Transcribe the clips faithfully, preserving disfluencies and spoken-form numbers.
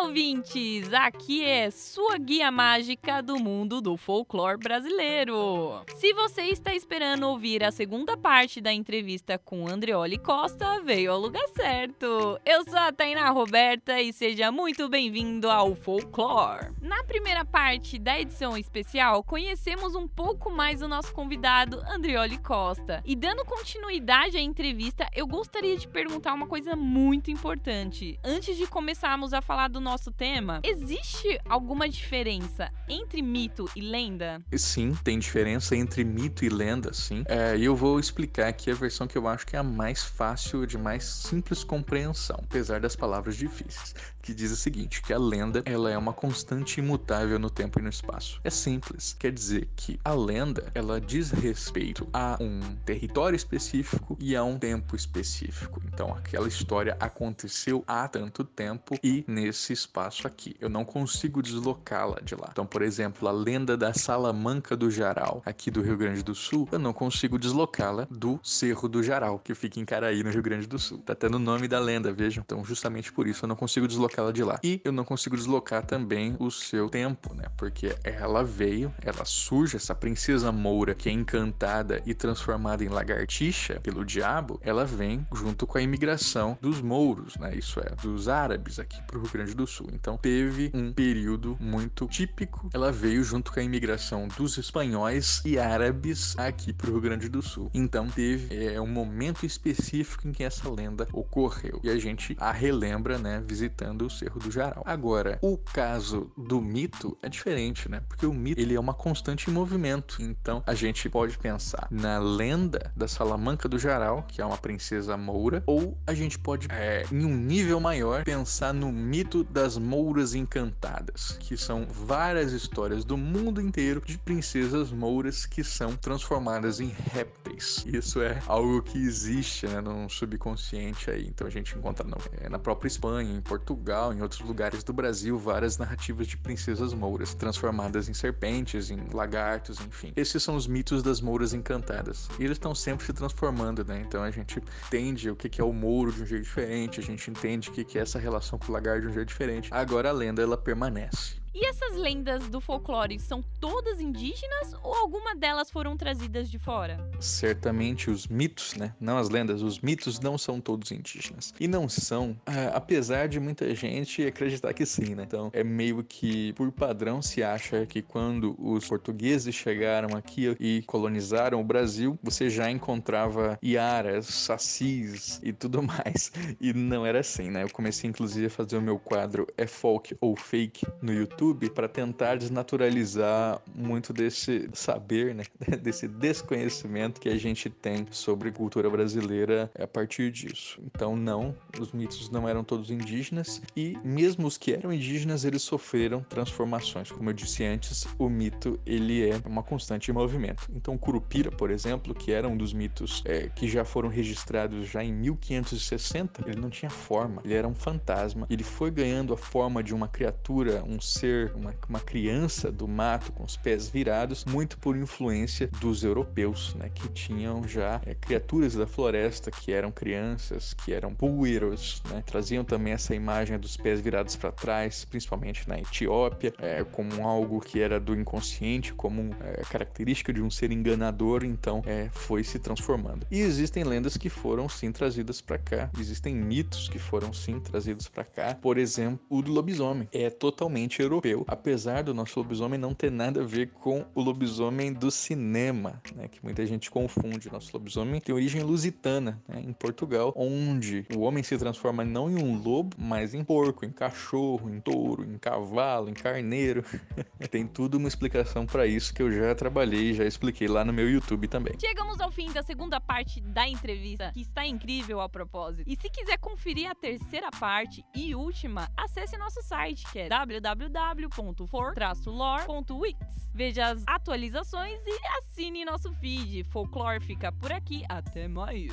ouvintes! Aqui é sua guia mágica do mundo do folclore brasileiro. Se você está esperando ouvir a segunda parte da entrevista com Andreoli Costa, veio ao lugar certo. Eu sou a Tainá Roberta e seja muito bem-vindo ao Folclore. Na primeira parte da edição especial, conhecemos um pouco mais o nosso convidado Andreoli Costa. E dando continuidade à entrevista, eu gostaria de perguntar uma coisa muito importante. Antes de começarmos a falar do nosso tema, existe alguma diferença entre mito e lenda? Sim, tem diferença entre mito e lenda, sim. É, e eu vou explicar aqui a versão que eu acho que é a mais fácil, de mais simples compreensão, apesar das palavras difíceis, que diz o seguinte, que a lenda ela é uma constante imutável no tempo e no espaço. É simples, quer dizer que a lenda ela diz respeito a um território específico e a um tempo específico. Então aquela história aconteceu há tanto tempo e nesse espaço aqui. Eu não consigo deslocá-la de lá. Então, por exemplo, a lenda da Salamanca do Jaral, aqui do Rio Grande do Sul, eu não consigo deslocá-la do Cerro do Jaral, que fica em Caraí, no Rio Grande do Sul. Tá até no nome da lenda, vejam. Então, justamente por isso, eu não consigo deslocá-la de lá. E eu não consigo deslocar também o seu tempo, né? Porque ela veio, ela surge, essa princesa moura, que é encantada e transformada em lagartixa pelo diabo, ela vem junto com a imigração dos mouros, né? Isso é, dos árabes aqui pro Rio Grande do Sul. Então, teve um período muito típico. Ela veio junto com a imigração dos espanhóis e árabes aqui pro Rio Grande do Sul. Então, teve é, um momento específico em que essa lenda ocorreu. E a gente a relembra, né, visitando o Cerro do Jaral. Agora, o caso do mito é diferente, né? Porque o mito, ele é uma constante em movimento. Então, a gente pode pensar na lenda da Salamanca do Jaral, que é uma princesa moura, ou a gente pode, é, em um nível maior, pensar no mito das mouras encantadas, que são várias histórias do mundo inteiro de princesas mouras que são transformadas em répteis. Isso é algo que existe, né, no subconsciente aí. Então a gente encontra no, é, na própria Espanha, em Portugal, em outros lugares do Brasil, várias narrativas de princesas mouras transformadas em serpentes, em lagartos, enfim. Esses são os mitos das mouras encantadas. E eles estão sempre se transformando, né? Então a gente entende o que é o mouro de um jeito diferente, a gente entende o que é essa relação com o lagarto de um jeito diferente. Agora a lenda, ela permanece. E essas lendas do folclore são todas indígenas ou alguma delas foram trazidas de fora? Certamente os mitos, né? Não as lendas, os mitos não são todos indígenas. E não são, ah, apesar de muita gente acreditar que sim, né? Então é meio que por padrão se acha que quando os portugueses chegaram aqui e colonizaram o Brasil, você já encontrava iaras, sacis e tudo mais. E não era assim, né? Eu comecei inclusive a fazer o meu quadro É Folk ou Fake no YouTube para tentar desnaturalizar muito desse saber, né? Desse desconhecimento que a gente tem sobre cultura brasileira a partir disso. Então, não, os mitos não eram todos indígenas e mesmo os que eram indígenas, eles sofreram transformações. Como eu disse antes, o mito, ele é uma constante em movimento. Então, o Curupira, por exemplo, que era um dos mitos é, que já foram registrados já em mil quinhentos e sessenta, ele não tinha forma, ele era um fantasma. Ele foi ganhando a forma de uma criatura, um ser Uma, uma criança do mato com os pés virados, muito por influência dos europeus, né, que tinham já é, criaturas da floresta que eram crianças, que eram pueros, né, traziam também essa imagem dos pés virados para trás, principalmente na Etiópia, é, como algo que era do inconsciente, como é, característica de um ser enganador, então é, foi se transformando. E existem lendas que foram sim trazidas para cá, existem mitos que foram sim trazidos para cá, por exemplo, o do lobisomem é totalmente europeu, apesar do nosso lobisomem não ter nada a ver com o lobisomem do cinema, né, que muita gente confunde. Nosso lobisomem tem origem lusitana, né, em Portugal, onde o homem se transforma não em um lobo, mas em porco, em cachorro, em touro, em cavalo, em carneiro. Tem tudo uma explicação para isso que eu já trabalhei e já expliquei lá no meu YouTube também. Chegamos ao fim da segunda parte da entrevista, que está incrível a propósito. E se quiser conferir a terceira parte e última, acesse nosso site, que é w w w ponto for traço lore ponto wix. Veja as atualizações e assine nosso feed. Folclore fica por aqui. Até mais.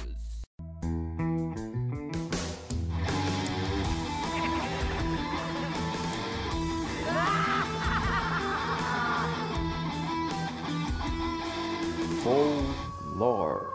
Folklore.